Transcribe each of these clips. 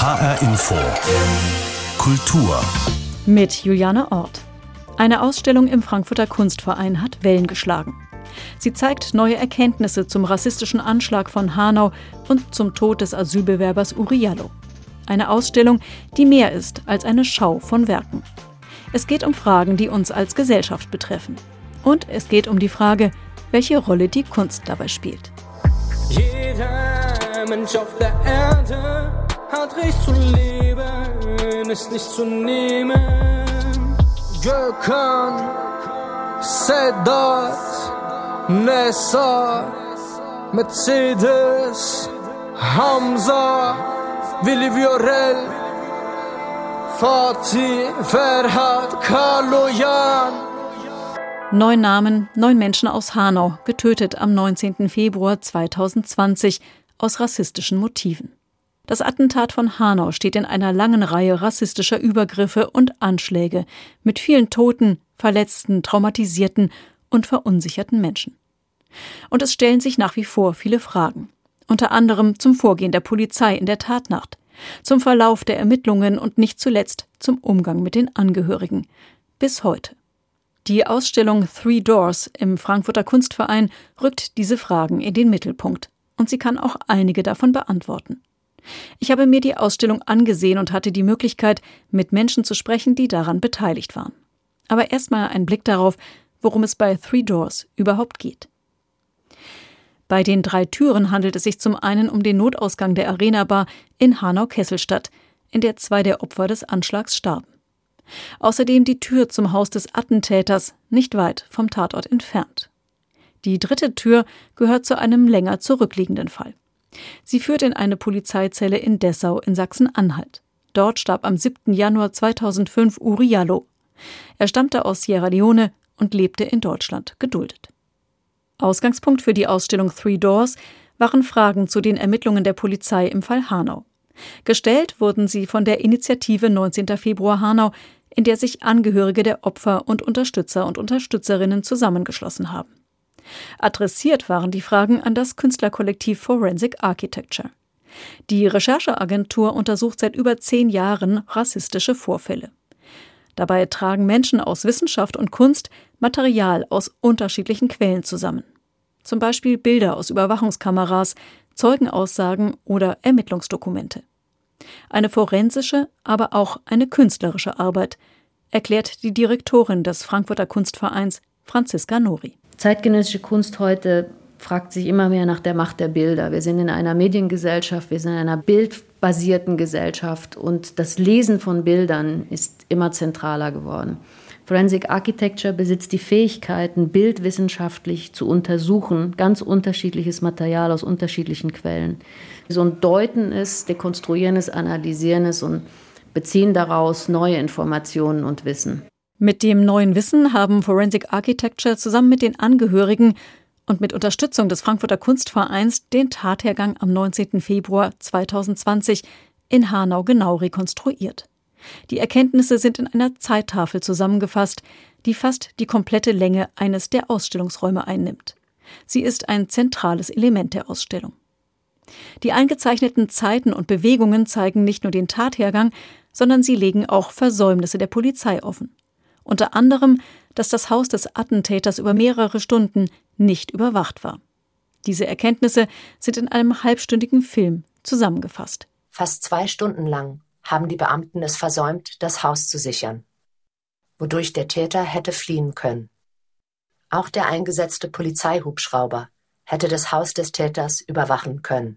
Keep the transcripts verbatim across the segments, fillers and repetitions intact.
H R Info Kultur mit Juliane Ort. Eine Ausstellung im Frankfurter Kunstverein hat Wellen geschlagen. Sie zeigt neue Erkenntnisse zum rassistischen Anschlag von Hanau und zum Tod des Asylbewerbers Uri Jallo. Eine Ausstellung, die mehr ist als eine Schau von Werken. Es geht um Fragen, die uns als Gesellschaft betreffen. Und es geht um die Frage, welche Rolle die Kunst dabei spielt. Jeder Mensch auf der Erde hat Recht zu leben, ist nicht zu nehmen. Gökhan, Sedat, Nessa, Mercedes, Hamza, Willi Viorel, Fatih, Ferhat, Kaloyan. Neun Namen, neun Menschen aus Hanau, getötet am neunzehnten Februar zweitausendzwanzig aus rassistischen Motiven. Das Attentat von Hanau steht in einer langen Reihe rassistischer Übergriffe und Anschläge mit vielen toten, verletzten, traumatisierten und verunsicherten Menschen. Und es stellen sich nach wie vor viele Fragen. Unter anderem zum Vorgehen der Polizei in der Tatnacht, zum Verlauf der Ermittlungen und nicht zuletzt zum Umgang mit den Angehörigen. Bis heute. Die Ausstellung Three Doors im Frankfurter Kunstverein rückt diese Fragen in den Mittelpunkt. Und sie kann auch einige davon beantworten. Ich habe mir die Ausstellung angesehen und hatte die Möglichkeit, mit Menschen zu sprechen, die daran beteiligt waren. Aber erstmal ein Blick darauf, worum es bei Three Doors überhaupt geht. Bei den drei Türen handelt es sich zum einen um den Notausgang der Arena Bar in Hanau-Kesselstadt, in der zwei der Opfer des Anschlags starben. Außerdem die Tür zum Haus des Attentäters, nicht weit vom Tatort entfernt. Die dritte Tür gehört zu einem länger zurückliegenden Fall. Sie führt in eine Polizeizelle in Dessau in Sachsen-Anhalt. Dort starb am siebten Januar zweitausendfünf Uri Jallo. Er stammte aus Sierra Leone und lebte in Deutschland geduldet. Ausgangspunkt für die Ausstellung Three Doors waren Fragen zu den Ermittlungen der Polizei im Fall Hanau. Gestellt wurden sie von der Initiative neunzehnten Februar Hanau, in der sich Angehörige der Opfer und Unterstützer und Unterstützerinnen zusammengeschlossen haben. Adressiert waren die Fragen an das Künstlerkollektiv Forensic Architecture. Die Rechercheagentur untersucht seit über zehn Jahren rassistische Vorfälle. Dabei tragen Menschen aus Wissenschaft und Kunst Material aus unterschiedlichen Quellen zusammen. Zum Beispiel Bilder aus Überwachungskameras, Zeugenaussagen oder Ermittlungsdokumente. Eine forensische, aber auch eine künstlerische Arbeit, erklärt die Direktorin des Frankfurter Kunstvereins, Franziska Nori. Zeitgenössische Kunst heute fragt sich immer mehr nach der Macht der Bilder. Wir sind in einer Mediengesellschaft, wir sind in einer bildbasierten Gesellschaft und das Lesen von Bildern ist immer zentraler geworden. Forensic Architecture besitzt die Fähigkeiten, bildwissenschaftlich zu untersuchen, ganz unterschiedliches Material aus unterschiedlichen Quellen. So ein Deuten es, Dekonstruieren es, Analysieren es und beziehen daraus neue Informationen und Wissen. Mit dem neuen Wissen haben Forensic Architecture zusammen mit den Angehörigen und mit Unterstützung des Frankfurter Kunstvereins den Tathergang am neunzehnten Februar zweitausendzwanzig in Hanau genau rekonstruiert. Die Erkenntnisse sind in einer Zeittafel zusammengefasst, die fast die komplette Länge eines der Ausstellungsräume einnimmt. Sie ist ein zentrales Element der Ausstellung. Die eingezeichneten Zeiten und Bewegungen zeigen nicht nur den Tathergang, sondern sie legen auch Versäumnisse der Polizei offen. Unter anderem, dass das Haus des Attentäters über mehrere Stunden nicht überwacht war. Diese Erkenntnisse sind in einem halbstündigen Film zusammengefasst. Fast zwei Stunden lang haben die Beamten es versäumt, das Haus zu sichern, wodurch der Täter hätte fliehen können. Auch der eingesetzte Polizeihubschrauber hätte das Haus des Täters überwachen können.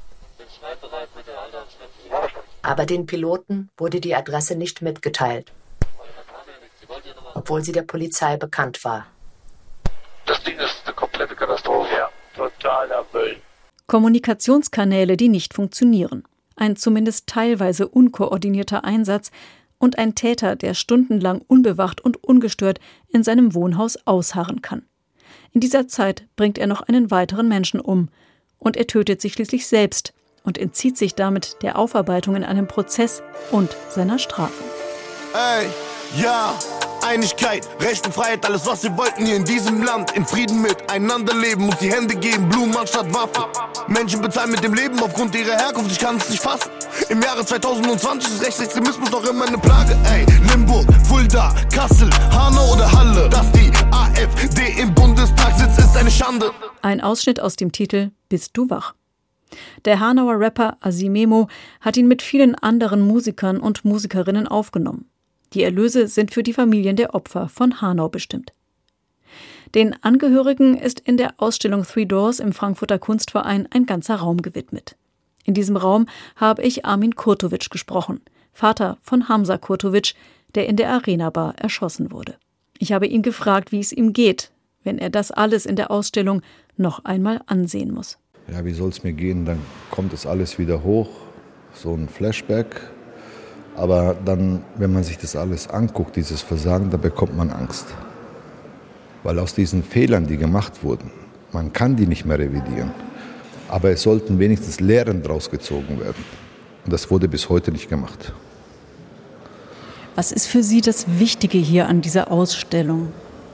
Aber den Piloten wurde die Adresse nicht mitgeteilt, obwohl sie der Polizei bekannt war. Das Ding ist eine komplette Katastrophe. Ja, totaler Müll. Kommunikationskanäle, die nicht funktionieren. Ein zumindest teilweise unkoordinierter Einsatz und ein Täter, der stundenlang unbewacht und ungestört in seinem Wohnhaus ausharren kann. In dieser Zeit bringt er noch einen weiteren Menschen um und er tötet sich schließlich selbst und entzieht sich damit der Aufarbeitung in einem Prozess und seiner Strafe. Ey, ja, Einigkeit, Recht und Freiheit, alles was wir wollten hier in diesem Land. In Frieden miteinander leben, uns die Hände geben, Blumen anstatt Waffen. Menschen bezahlen mit dem Leben aufgrund ihrer Herkunft, ich kann es nicht fassen. Im Jahre zweitausendzwanzig ist Rechtsextremismus noch immer eine Plage, ey. Limburg, Fulda, Kassel, Hanau oder Halle. Dass die AfD im Bundestag sitzt, ist eine Schande. Ein Ausschnitt aus dem Titel Bist du wach? Der Hanauer Rapper Asimemo hat ihn mit vielen anderen Musikern und Musikerinnen aufgenommen. Die Erlöse sind für die Familien der Opfer von Hanau bestimmt. Den Angehörigen ist in der Ausstellung Three Doors im Frankfurter Kunstverein ein ganzer Raum gewidmet. In diesem Raum habe ich Armin Kurtovic gesprochen, Vater von Hamza Kurtovic, der in der Arena Bar erschossen wurde. Ich habe ihn gefragt, wie es ihm geht, wenn er das alles in der Ausstellung noch einmal ansehen muss. Ja, wie soll es mir gehen? Dann kommt es alles wieder hoch, so ein Flashback. Aber dann, wenn man sich das alles anguckt, dieses Versagen, da bekommt man Angst. Weil aus diesen Fehlern, die gemacht wurden, man kann die nicht mehr revidieren. Aber es sollten wenigstens Lehren draus gezogen werden. Und das wurde bis heute nicht gemacht. Was ist für Sie das Wichtige hier an dieser Ausstellung?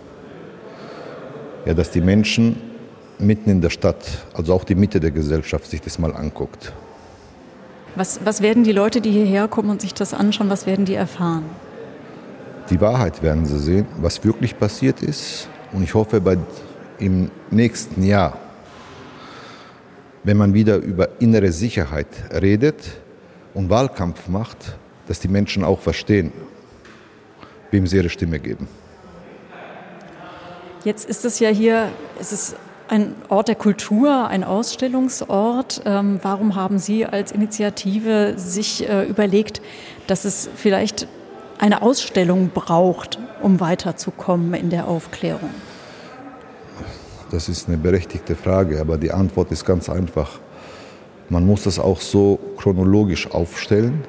Ja, dass die Menschen mitten in der Stadt, also auch die Mitte der Gesellschaft, sich das mal anguckt. Was, was werden die Leute, die hierher kommen und sich das anschauen, was werden die erfahren? Die Wahrheit werden sie sehen, was wirklich passiert ist. Und ich hoffe, bei, im nächsten Jahr, wenn man wieder über innere Sicherheit redet und Wahlkampf macht, dass die Menschen auch verstehen, wem sie ihre Stimme geben. Jetzt ist es ja hier, es ist ein Ort der Kultur, ein Ausstellungsort. Ähm, warum haben Sie als Initiative sich äh, überlegt, dass es vielleicht eine Ausstellung braucht, um weiterzukommen in der Aufklärung? Das ist eine berechtigte Frage, aber die Antwort ist ganz einfach. Man muss das auch so chronologisch aufstellen.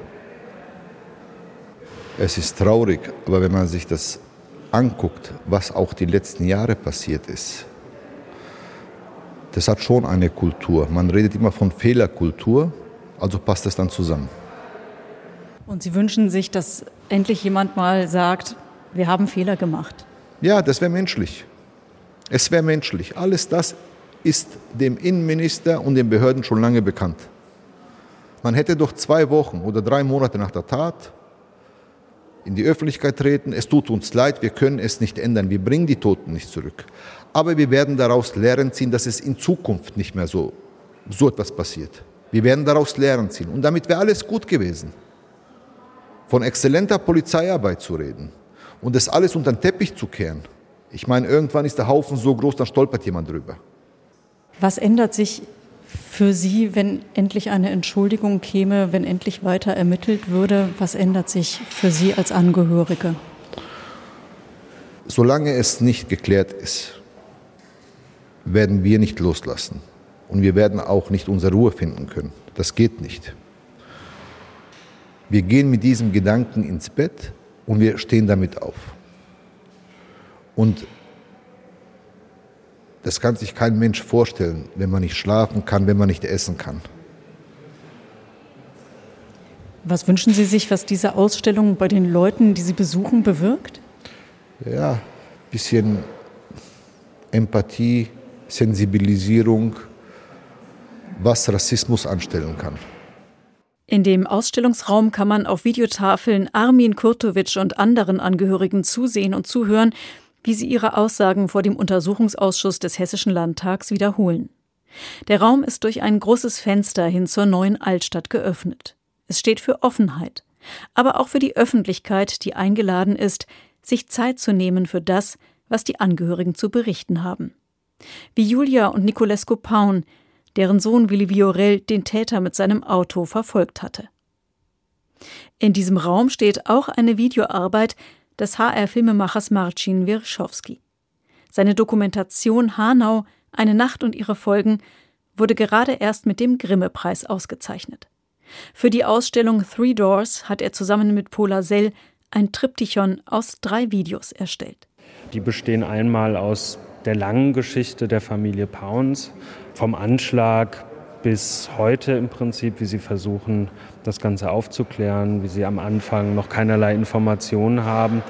Es ist traurig, aber wenn man sich das anguckt, was auch die letzten Jahre passiert ist, das hat schon eine Kultur. Man redet immer von Fehlerkultur, also passt das dann zusammen. Und Sie wünschen sich, dass endlich jemand mal sagt, wir haben Fehler gemacht? Ja, das wäre menschlich. Es wäre menschlich. Alles das ist dem Innenminister und den Behörden schon lange bekannt. Man hätte doch zwei Wochen oder drei Monate nach der Tat in die Öffentlichkeit treten. Es tut uns leid, wir können es nicht ändern. Wir bringen die Toten nicht zurück. Aber wir werden daraus Lehren ziehen, dass es in Zukunft nicht mehr so, so etwas passiert. Wir werden daraus Lehren ziehen. Und damit wäre alles gut gewesen. Von exzellenter Polizeiarbeit zu reden und das alles unter den Teppich zu kehren. Ich meine, irgendwann ist der Haufen so groß, dann stolpert jemand drüber. Was ändert sich für Sie, wenn endlich eine Entschuldigung käme, wenn endlich weiter ermittelt würde? Was ändert sich für Sie als Angehörige? Solange es nicht geklärt ist, werden wir nicht loslassen. Und wir werden auch nicht unsere Ruhe finden können. Das geht nicht. Wir gehen mit diesem Gedanken ins Bett und wir stehen damit auf. Und das kann sich kein Mensch vorstellen, wenn man nicht schlafen kann, wenn man nicht essen kann. Was wünschen Sie sich, was diese Ausstellung bei den Leuten, die Sie besuchen, bewirkt? Ja, ein bisschen Empathie, Sensibilisierung, was Rassismus anstellen kann. In dem Ausstellungsraum kann man auf Videotafeln Armin Kurtovic und anderen Angehörigen zusehen und zuhören, wie sie ihre Aussagen vor dem Untersuchungsausschuss des Hessischen Landtags wiederholen. Der Raum ist durch ein großes Fenster hin zur neuen Altstadt geöffnet. Es steht für Offenheit, aber auch für die Öffentlichkeit, die eingeladen ist, sich Zeit zu nehmen für das, was die Angehörigen zu berichten haben. Wie Julia und Niculescu Paun, deren Sohn Willi Viorel den Täter mit seinem Auto verfolgt hatte. In diesem Raum steht auch eine Videoarbeit des H R-Filmemachers Marcin Wierschowski. Seine Dokumentation Hanau, eine Nacht und ihre Folgen, wurde gerade erst mit dem Grimme-Preis ausgezeichnet. Für die Ausstellung Three Doors hat er zusammen mit Pola Sell ein Triptychon aus drei Videos erstellt. Die bestehen einmal aus der langen Geschichte der Familie Pauns, vom Anschlag bis heute im Prinzip, wie sie versuchen, das Ganze aufzuklären, wie sie am Anfang noch keinerlei Informationen haben,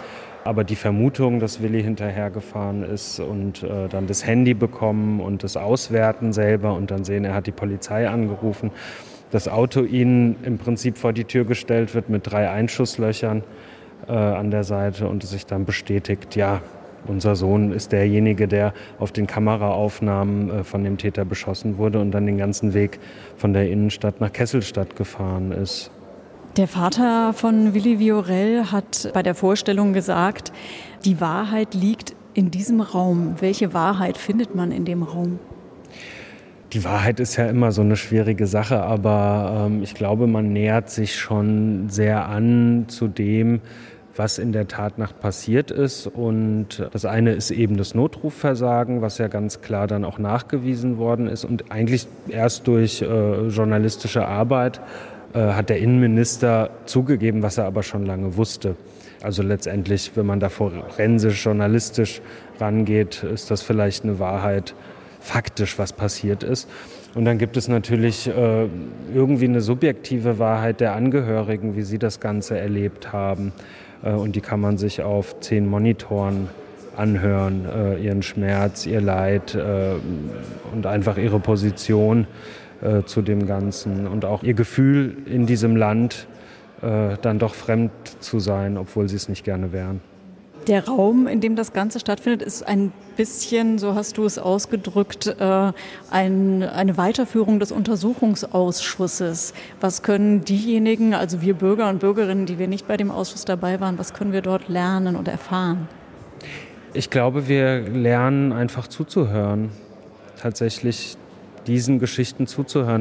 Aber die Vermutung, dass Willi hinterhergefahren ist und äh, dann das Handy bekommen und das Auswerten selber und dann sehen, er hat die Polizei angerufen, das Auto ihnen im Prinzip vor die Tür gestellt wird mit drei Einschusslöchern äh, an der Seite und es sich dann bestätigt, ja, unser Sohn ist derjenige, der auf den Kameraaufnahmen äh, von dem Täter beschossen wurde und dann den ganzen Weg von der Innenstadt nach Kesselstadt gefahren ist. Der Vater von Willi Viorel hat bei der Vorstellung gesagt, die Wahrheit liegt in diesem Raum. Welche Wahrheit findet man in dem Raum? Die Wahrheit ist ja immer so eine schwierige Sache, aber ähm, ich glaube, man nähert sich schon sehr an zu dem, was in der Tatnacht passiert ist. Und das eine ist eben das Notrufversagen, was ja ganz klar dann auch nachgewiesen worden ist. Und eigentlich erst durch äh, journalistische Arbeit äh, hat der Innenminister zugegeben, was er aber schon lange wusste. Also letztendlich, wenn man da forensisch, journalistisch rangeht, ist das vielleicht eine Wahrheit, faktisch, was passiert ist. Und dann gibt es natürlich äh, irgendwie eine subjektive Wahrheit der Angehörigen, wie sie das Ganze erlebt haben. Äh, und die kann man sich auf zehn Monitoren anhören, äh, ihren Schmerz, ihr Leid äh, und einfach ihre Position äh, zu dem Ganzen und auch ihr Gefühl in diesem Land, äh, dann doch fremd zu sein, obwohl sie es nicht gerne wären. Der Raum, in dem das Ganze stattfindet, ist ein bisschen, so hast du es ausgedrückt, äh, ein, eine Weiterführung des Untersuchungsausschusses. Was können diejenigen, also wir Bürger und Bürgerinnen, die wir nicht bei dem Ausschuss dabei waren, was können wir dort lernen und erfahren? Ich glaube, wir lernen einfach zuzuhören, tatsächlich diesen Geschichten zuzuhören.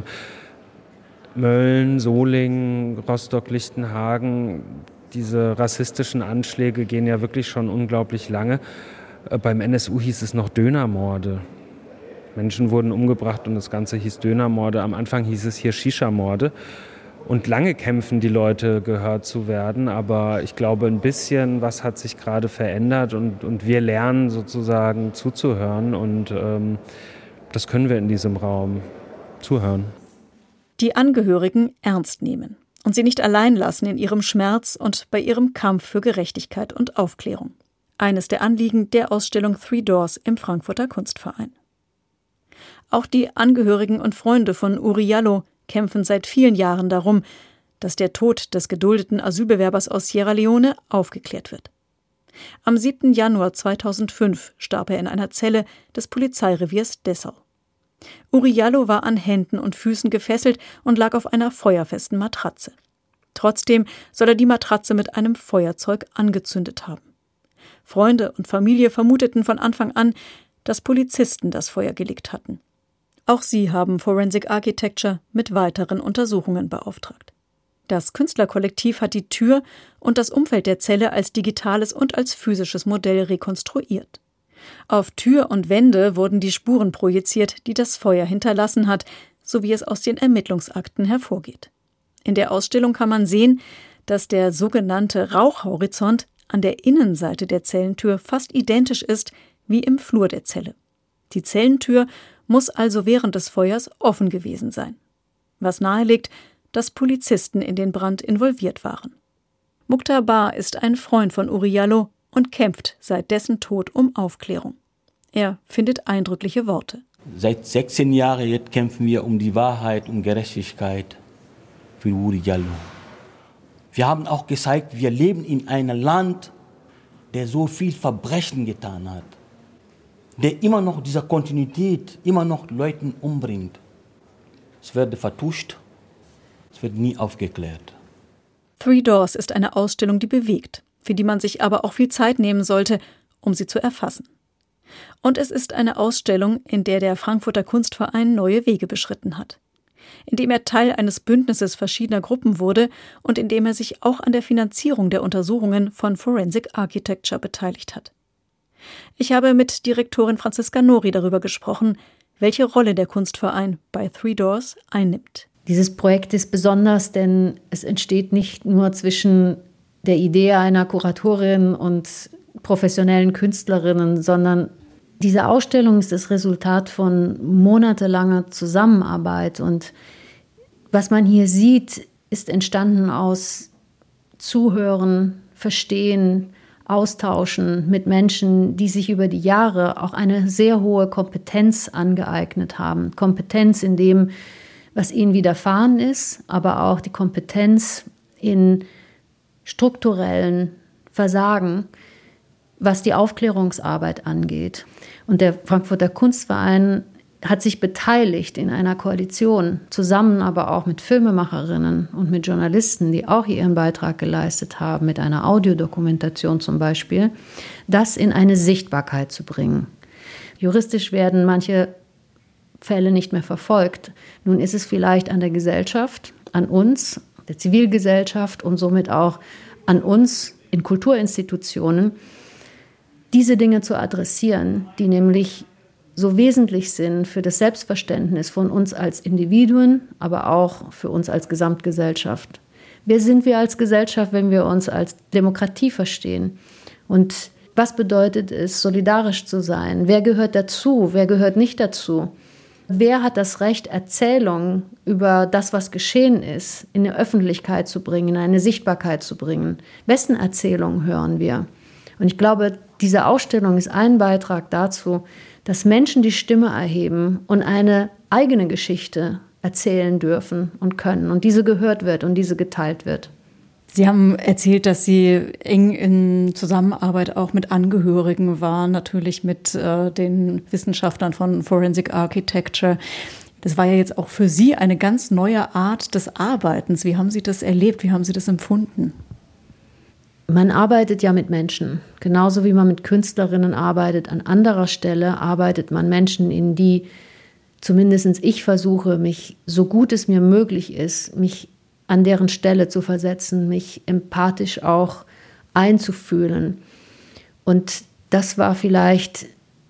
Mölln, Solingen, Rostock-Lichtenhagen, diese rassistischen Anschläge gehen ja wirklich schon unglaublich lange. Beim N S U hieß es noch Dönermorde. Menschen wurden umgebracht und das Ganze hieß Dönermorde. Am Anfang hieß es hier Shisha-Morde. Und lange kämpfen die Leute, gehört zu werden. Aber ich glaube, ein bisschen was hat sich gerade verändert und, und wir lernen sozusagen zuzuhören. Und ähm, das können wir in diesem Raum zuhören. Die Angehörigen ernst nehmen. Und sie nicht allein lassen in ihrem Schmerz und bei ihrem Kampf für Gerechtigkeit und Aufklärung. Eines der Anliegen der Ausstellung Three Doors im Frankfurter Kunstverein. Auch die Angehörigen und Freunde von Uri Jallo kämpfen seit vielen Jahren darum, dass der Tod des geduldeten Asylbewerbers aus Sierra Leone aufgeklärt wird. Am siebten Januar zweitausendfünf starb er in einer Zelle des Polizeireviers Dessau. Uri Jallo war an Händen und Füßen gefesselt und lag auf einer feuerfesten Matratze. Trotzdem soll er die Matratze mit einem Feuerzeug angezündet haben. Freunde und Familie vermuteten von Anfang an, dass Polizisten das Feuer gelegt hatten. Auch sie haben Forensic Architecture mit weiteren Untersuchungen beauftragt. Das Künstlerkollektiv hat die Tür und das Umfeld der Zelle als digitales und als physisches Modell rekonstruiert. Auf Tür und Wände wurden die Spuren projiziert, die das Feuer hinterlassen hat, so wie es aus den Ermittlungsakten hervorgeht. In der Ausstellung kann man sehen, dass der sogenannte Rauchhorizont an der Innenseite der Zellentür fast identisch ist wie im Flur der Zelle. Die Zellentür muss also während des Feuers offen gewesen sein. Was nahelegt, dass Polizisten in den Brand involviert waren. Mukhtar Bar ist ein Freund von Uri Jallo und kämpft seit dessen Tod um Aufklärung. Er findet eindrückliche Worte. Seit sechzehn Jahren jetzt kämpfen wir um die Wahrheit, um Gerechtigkeit für Uri Jallo. Wir haben auch gezeigt, wir leben in einem Land, der so viel Verbrechen getan hat, der immer noch dieser Kontinuität, immer noch Leute umbringt. Es wird vertuscht, es wird nie aufgeklärt. Three Doors ist eine Ausstellung, die bewegt, für die man sich aber auch viel Zeit nehmen sollte, um sie zu erfassen. Und es ist eine Ausstellung, in der der Frankfurter Kunstverein neue Wege beschritten hat. Indem er Teil eines Bündnisses verschiedener Gruppen wurde und indem er sich auch an der Finanzierung der Untersuchungen von Forensic Architecture beteiligt hat. Ich habe mit Direktorin Franziska Nori darüber gesprochen, welche Rolle der Kunstverein bei Three Doors einnimmt. Dieses Projekt ist besonders, denn es entsteht nicht nur zwischen der Idee einer Kuratorin und professionellen Künstlerinnen, sondern diese Ausstellung ist das Resultat von monatelanger Zusammenarbeit. Und was man hier sieht, ist entstanden aus Zuhören, Verstehen, austauschen mit Menschen, die sich über die Jahre auch eine sehr hohe Kompetenz angeeignet haben. Kompetenz in dem, was ihnen widerfahren ist, aber auch die Kompetenz in strukturellen Versagen, was die Aufklärungsarbeit angeht. Und der Frankfurter Kunstverein hat sich beteiligt in einer Koalition, zusammen aber auch mit Filmemacherinnen und mit Journalisten, die auch ihren Beitrag geleistet haben, mit einer Audiodokumentation zum Beispiel, das in eine Sichtbarkeit zu bringen. Juristisch werden manche Fälle nicht mehr verfolgt. Nun ist es vielleicht an der Gesellschaft, an uns, der Zivilgesellschaft und somit auch an uns in Kulturinstitutionen, diese Dinge zu adressieren, die nämlich so wesentlich sind für das Selbstverständnis von uns als Individuen, aber auch für uns als Gesamtgesellschaft. Wer sind wir als Gesellschaft, wenn wir uns als Demokratie verstehen? Und was bedeutet es, solidarisch zu sein? Wer gehört dazu? Wer gehört nicht dazu? Wer hat das Recht, Erzählungen über das, was geschehen ist, in die Öffentlichkeit zu bringen, in eine Sichtbarkeit zu bringen? Wessen Erzählungen hören wir? Und ich glaube, diese Ausstellung ist ein Beitrag dazu, dass Menschen die Stimme erheben und eine eigene Geschichte erzählen dürfen und können und diese gehört wird und diese geteilt wird. Sie haben erzählt, dass Sie eng in Zusammenarbeit auch mit Angehörigen waren, natürlich mit äh, den Wissenschaftlern von Forensic Architecture. Das war ja jetzt auch für Sie eine ganz neue Art des Arbeitens. Wie haben Sie das erlebt? Wie haben Sie das empfunden? Man arbeitet ja mit Menschen, genauso wie man mit Künstlerinnen arbeitet. An anderer Stelle arbeitet man Menschen, in die zumindest ich versuche, mich so gut es mir möglich ist, mich an deren Stelle zu versetzen, mich empathisch auch einzufühlen. Und das war vielleicht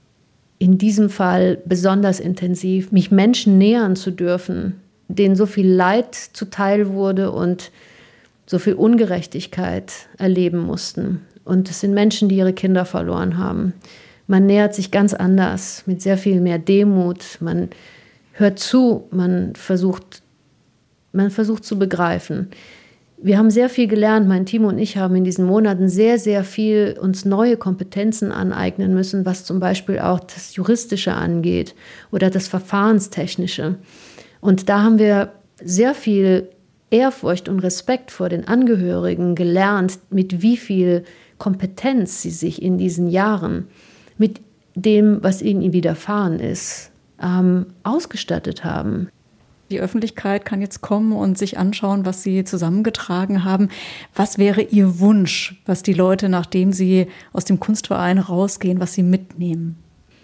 in diesem Fall besonders intensiv, mich Menschen nähern zu dürfen, denen so viel Leid zuteil wurde und so viel Ungerechtigkeit erleben mussten. Und es sind Menschen, die ihre Kinder verloren haben. Man nähert sich ganz anders, mit sehr viel mehr Demut. Man hört zu, man versucht, man versucht zu begreifen. Wir haben sehr viel gelernt. Mein Team und ich haben in diesen Monaten sehr, sehr viel uns neue Kompetenzen aneignen müssen, was zum Beispiel auch das Juristische angeht oder das Verfahrenstechnische. Und da haben wir sehr viel Ehrfurcht und Respekt vor den Angehörigen gelernt, mit wie viel Kompetenz sie sich in diesen Jahren mit dem, was ihnen widerfahren ist, ähm, ausgestattet haben. Die Öffentlichkeit kann jetzt kommen und sich anschauen, was Sie zusammengetragen haben. Was wäre Ihr Wunsch, was die Leute, nachdem sie aus dem Kunstverein rausgehen, was sie mitnehmen?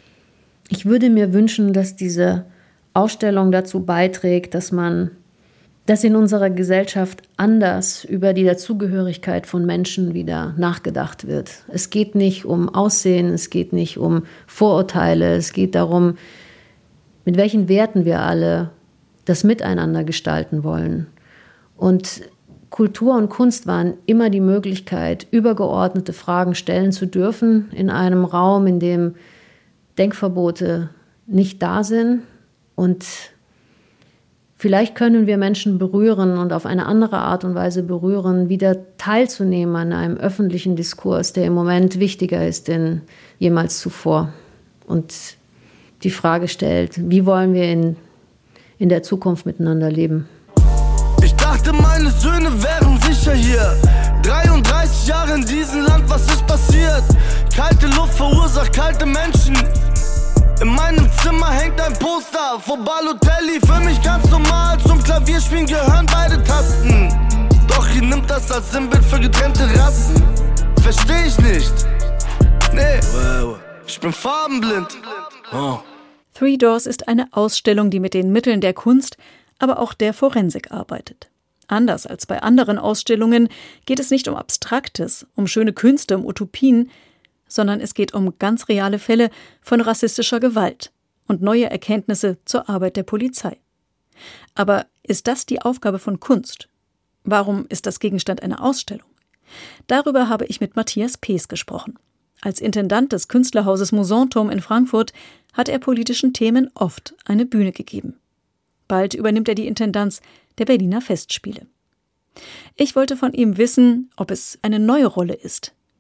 Ich würde mir wünschen, dass diese Ausstellung dazu beiträgt, dass man dass in unserer Gesellschaft anders über die Dazugehörigkeit von Menschen wieder nachgedacht wird. Es geht nicht um Aussehen, es geht nicht um Vorurteile, es geht darum, mit welchen Werten wir alle das Miteinander gestalten wollen. Und Kultur und Kunst waren immer die Möglichkeit, übergeordnete Fragen stellen zu dürfen in einem Raum, in dem Denkverbote nicht da sind. Und vielleicht können wir Menschen berühren und auf eine andere Art und Weise berühren, wieder teilzunehmen an einem öffentlichen Diskurs, der im Moment wichtiger ist denn jemals zuvor. Und die Frage stellt, wie wollen wir in, in der Zukunft miteinander leben? Ich dachte, meine Söhne wären sicher hier. dreiunddreißig Jahre in diesem Land, was ist passiert? Kalte Luft verursacht kalte Menschen. In meinem Zimmer hängt ein Poster von Balotelli. Für mich ganz normal, zum Klavierspielen gehören beide Tasten. Doch ihr nimmt das als Sinnbild für getrennte Rassen. Versteh ich nicht. Nee, ich bin farbenblind. Oh. Three Doors ist eine Ausstellung, die mit den Mitteln der Kunst, aber auch der Forensik arbeitet. Anders als bei anderen Ausstellungen geht es nicht um Abstraktes, um schöne Künste, um Utopien, sondern es geht um ganz reale Fälle von rassistischer Gewalt und neue Erkenntnisse zur Arbeit der Polizei. Aber ist das die Aufgabe von Kunst? Warum ist das Gegenstand einer Ausstellung? Darüber habe ich mit Matthias Pees gesprochen. Als Intendant des Künstlerhauses Mousonturm in Frankfurt hat er politischen Themen oft eine Bühne gegeben. Bald übernimmt er die Intendanz der Berliner Festspiele. Ich wollte von ihm wissen, ob es eine neue Rolle ist,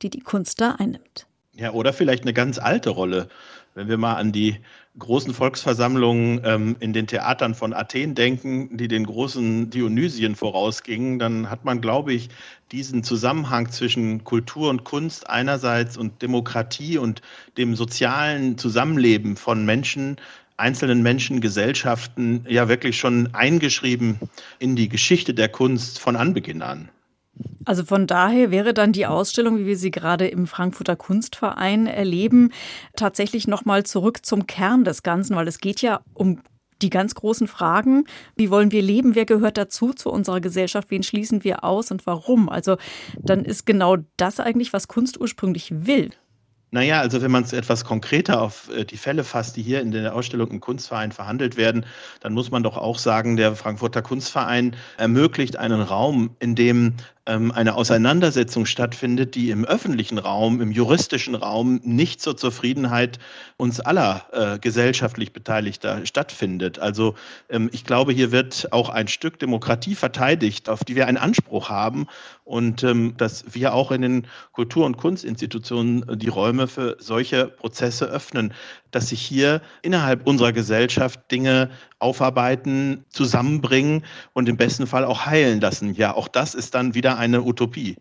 die die Kunst da einnimmt. Ja, oder vielleicht eine ganz alte Rolle. Wenn wir mal an die großen Volksversammlungen ähm, in den Theatern von Athen denken, die den großen Dionysien vorausgingen, dann hat man, glaube ich, diesen Zusammenhang zwischen Kultur und Kunst einerseits und Demokratie und dem sozialen Zusammenleben von Menschen, einzelnen Menschen, Gesellschaften ja wirklich schon eingeschrieben in die Geschichte der Kunst von Anbeginn an. Also von daher wäre dann die Ausstellung, wie wir sie gerade im Frankfurter Kunstverein erleben, tatsächlich nochmal zurück zum Kern des Ganzen, weil es geht ja um die ganz großen Fragen. Wie wollen wir leben? Wer gehört dazu, zu unserer Gesellschaft? Wen schließen wir aus und warum? Also dann ist genau das eigentlich, was Kunst ursprünglich will. Naja, also wenn man es etwas konkreter auf die Fälle fasst, die hier in der Ausstellung im Kunstverein verhandelt werden, dann muss man doch auch sagen, der Frankfurter Kunstverein ermöglicht einen Raum, in dem ähm, eine Auseinandersetzung stattfindet, die im öffentlichen Raum, im juristischen Raum nicht zur Zufriedenheit uns aller äh, gesellschaftlich Beteiligter stattfindet. Also ähm, ich glaube, hier wird auch ein Stück Demokratie verteidigt, auf die wir einen Anspruch haben und ähm, dass wir auch in den Kultur- und Kunstinstitutionen die Räume für solche Prozesse öffnen, dass sich hier innerhalb unserer Gesellschaft Dinge aufarbeiten, zusammenbringen und im besten Fall auch heilen lassen. Ja, auch das ist dann wieder eine Utopie.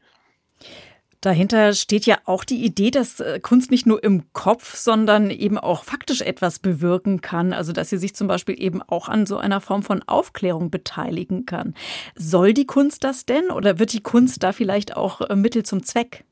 Dahinter steht ja auch die Idee, dass Kunst nicht nur im Kopf, sondern eben auch faktisch etwas bewirken kann. Also dass sie sich zum Beispiel eben auch an so einer Form von Aufklärung beteiligen kann. Soll die Kunst das denn oder wird die Kunst da vielleicht auch Mittel zum Zweck?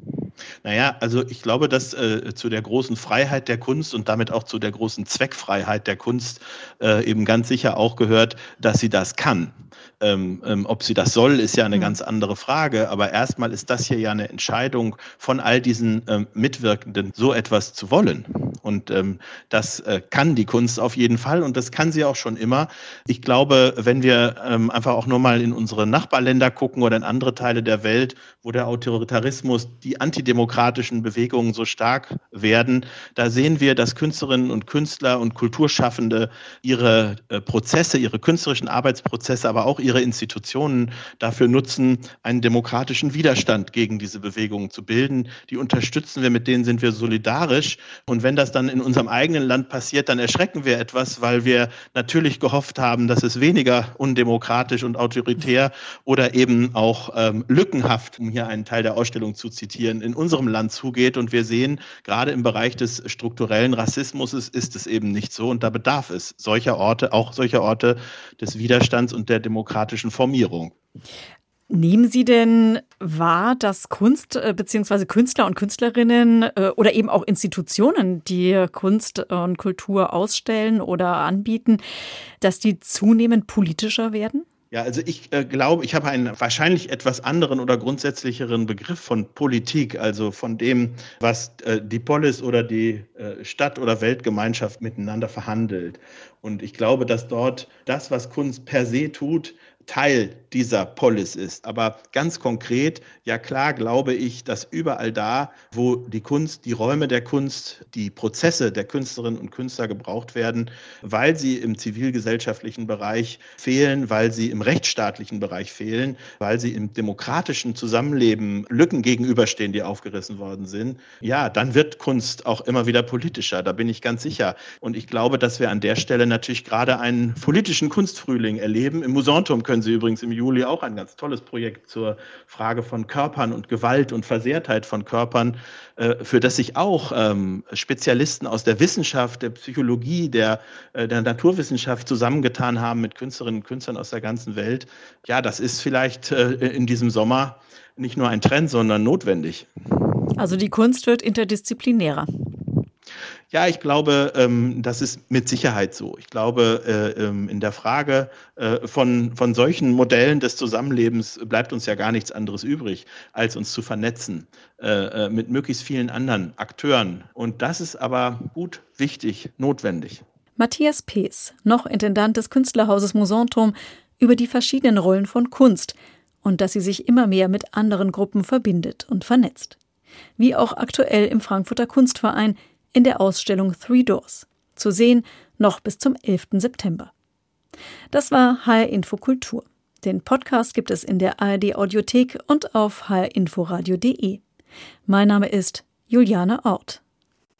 Naja, also ich glaube, dass äh, zu der großen Freiheit der Kunst und damit auch zu der großen Zweckfreiheit der Kunst äh, eben ganz sicher auch gehört, dass sie das kann. Ähm, ähm, ob sie das soll, ist ja eine mhm. ganz andere Frage. Aber erstmal ist das hier ja eine Entscheidung von all diesen ähm, Mitwirkenden, so etwas zu wollen. Und ähm, das äh, kann die Kunst auf jeden Fall und das kann sie auch schon immer. Ich glaube, wenn wir ähm, einfach auch nur mal in unsere Nachbarländer gucken oder in andere Teile der Welt, wo der Autoritarismus, die antidemokratischen Bewegungen so stark werden, da sehen wir, dass Künstlerinnen und Künstler und Kulturschaffende ihre äh, Prozesse, ihre künstlerischen Arbeitsprozesse, aber auch ihre Institutionen dafür nutzen, einen demokratischen Widerstand gegen diese Bewegungen zu bilden. Die unterstützen wir, mit denen sind wir solidarisch. Und wenn das dann in unserem eigenen Land passiert, dann erschrecken wir etwas, weil wir natürlich gehofft haben, dass es weniger undemokratisch und autoritär oder eben auch ähm, lückenhaft, um hier einen Teil der Ausstellung zu zitieren, in unserem Land zugeht. Und wir sehen, gerade im Bereich des strukturellen Rassismus ist es eben nicht so. Und da bedarf es solcher Orte, auch solcher Orte des Widerstands und der demokratischen Formierung. Nehmen Sie denn wahr, dass Kunst bzw. Künstler und Künstlerinnen oder eben auch Institutionen, die Kunst und Kultur ausstellen oder anbieten, dass die zunehmend politischer werden? Ja, also ich äh, glaube, ich habe einen wahrscheinlich etwas anderen oder grundsätzlicheren Begriff von Politik, also von dem, was äh, die Polis oder die äh, Stadt- oder Weltgemeinschaft miteinander verhandelt. Und ich glaube, dass dort das, was Kunst per se tut, Teil dieser Polis ist. Aber ganz konkret, ja klar, glaube ich, dass überall da, wo die Kunst, die Räume der Kunst, die Prozesse der Künstlerinnen und Künstler gebraucht werden, weil sie im zivilgesellschaftlichen Bereich fehlen, weil sie im rechtsstaatlichen Bereich fehlen, weil sie im demokratischen Zusammenleben Lücken gegenüberstehen, die aufgerissen worden sind, ja, dann wird Kunst auch immer wieder politischer, da bin ich ganz sicher. Und ich glaube, dass wir an der Stelle natürlich gerade einen politischen Kunstfrühling erleben. Im Musanturm können Sie übrigens im Juli auch ein ganz tolles Projekt zur Frage von Körpern und Gewalt und Versehrtheit von Körpern, für das sich auch Spezialisten aus der Wissenschaft, der Psychologie, der, der Naturwissenschaft zusammengetan haben mit Künstlerinnen und Künstlern aus der ganzen Welt. Ja, das ist vielleicht in diesem Sommer nicht nur ein Trend, sondern notwendig. Also die Kunst wird interdisziplinärer. Ja, ich glaube, ähm, das ist mit Sicherheit so. Ich glaube, äh, ähm, in der Frage äh, von, von solchen Modellen des Zusammenlebens bleibt uns ja gar nichts anderes übrig, als uns zu vernetzen äh, mit möglichst vielen anderen Akteuren. Und das ist aber gut, wichtig, notwendig. Matthias Pees, noch Intendant des Künstlerhauses Musanturm, über die verschiedenen Rollen von Kunst und dass sie sich immer mehr mit anderen Gruppen verbindet und vernetzt. Wie auch aktuell im Frankfurter Kunstverein in der Ausstellung Three Doors. Zu sehen noch bis zum elften September. Das war H R Info Kultur. Den Podcast gibt es in der A R D Audiothek und auf h r info radio punkt d e. Mein Name ist Juliane Ort.